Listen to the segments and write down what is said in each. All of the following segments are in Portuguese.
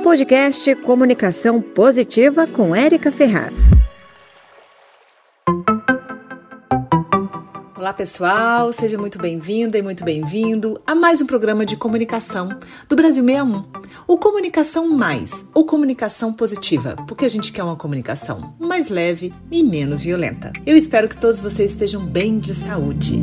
Podcast Comunicação Positiva com Érica Ferraz. Olá pessoal, seja muito bem-vinda e muito bem-vindo a mais um programa de comunicação do Brasil 61. O Comunicação Mais, ou Comunicação Positiva, porque a gente quer uma comunicação mais leve e menos violenta. Eu espero que todos vocês estejam bem de saúde.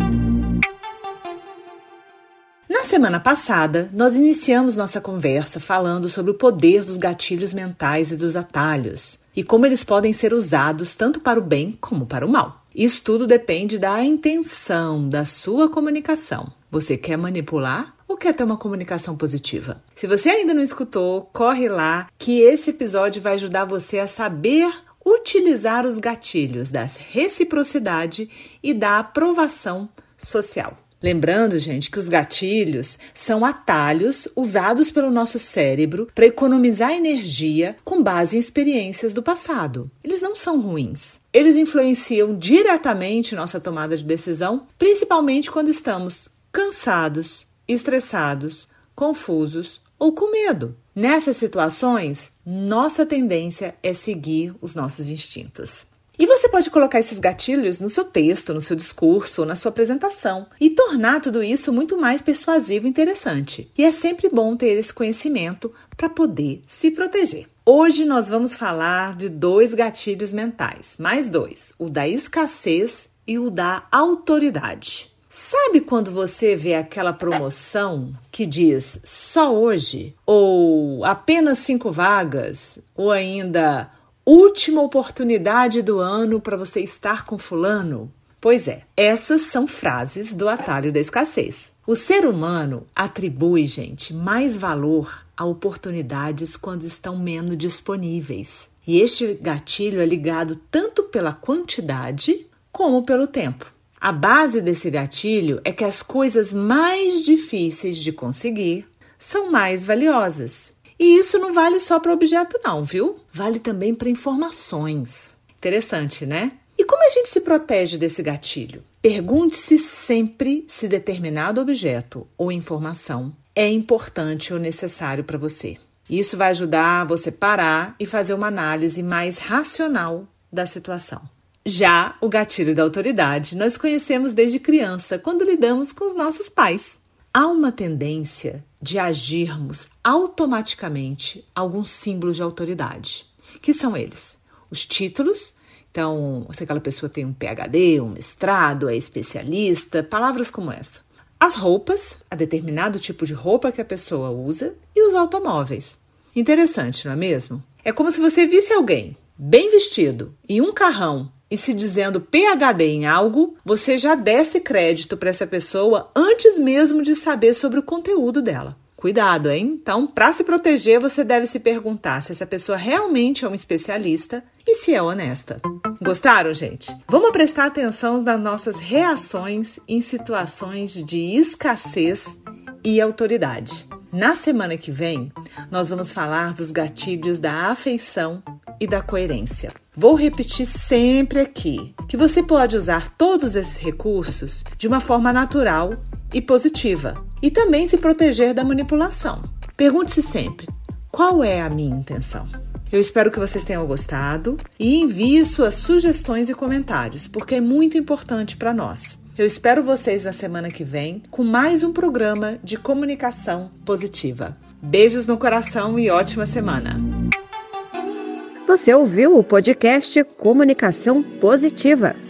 Na semana passada, nós iniciamos nossa conversa falando sobre o poder dos gatilhos mentais e dos atalhos, e como eles podem ser usados tanto para o bem como para o mal. Isso tudo depende da intenção da sua comunicação. Você quer manipular ou quer ter uma comunicação positiva? Se você ainda não escutou, corre lá que esse episódio vai ajudar você a saber utilizar os gatilhos da reciprocidade e da aprovação social. Lembrando, gente, que os gatilhos são atalhos usados pelo nosso cérebro para economizar energia com base em experiências do passado. Eles não são ruins. Eles influenciam diretamente nossa tomada de decisão, principalmente quando estamos cansados, estressados, confusos ou com medo. Nessas situações, nossa tendência é seguir os nossos instintos. E você pode colocar esses gatilhos no seu texto, no seu discurso ou na sua apresentação e tornar tudo isso muito mais persuasivo e interessante. E é sempre bom ter esse conhecimento para poder se proteger. Hoje nós vamos falar de 2 gatilhos mentais, mais 2, o da escassez e o da autoridade. Sabe quando você vê aquela promoção que diz só hoje? Ou apenas 5 vagas? Ou ainda última oportunidade do ano para você estar com fulano? Pois é, essas são frases do atalho da escassez. O ser humano atribui, gente, mais valor a oportunidades quando estão menos disponíveis. E este gatilho é ligado tanto pela quantidade como pelo tempo. A base desse gatilho é que as coisas mais difíceis de conseguir são mais valiosas. E isso não vale só para objeto não, viu? Vale também para informações. Interessante, né? E como a gente se protege desse gatilho? Pergunte-se sempre se determinado objeto ou informação é importante ou necessário para você. Isso vai ajudar você a parar e fazer uma análise mais racional da situação. Já o gatilho da autoridade nós conhecemos desde criança, quando lidamos com os nossos pais. Há uma tendência de agirmos automaticamente alguns símbolos de autoridade, que são eles: os títulos. Então, se aquela pessoa tem um PhD, um mestrado, é especialista, palavras como essa. As roupas, a determinado tipo de roupa que a pessoa usa, e os automóveis. Interessante, não é mesmo? É como se você visse alguém bem vestido e um carrão e se dizendo PhD em algo, você já desse crédito para essa pessoa antes mesmo de saber sobre o conteúdo dela. Cuidado, hein? Então, para se proteger, você deve se perguntar se essa pessoa realmente é um especialista e se é honesta. Gostaram, gente? Vamos prestar atenção nas nossas reações em situações de escassez e autoridade. Na semana que vem, nós vamos falar dos gatilhos da afeição e da coerência. Vou repetir sempre aqui que você pode usar todos esses recursos de uma forma natural e positiva e também se proteger da manipulação. Pergunte-se sempre: qual é a minha intenção? Eu espero que vocês tenham gostado e envie suas sugestões e comentários, porque é muito importante para nós. Eu espero vocês na semana que vem com mais um programa de comunicação positiva. Beijos no coração e ótima semana! Você ouviu o podcast Comunicação Positiva.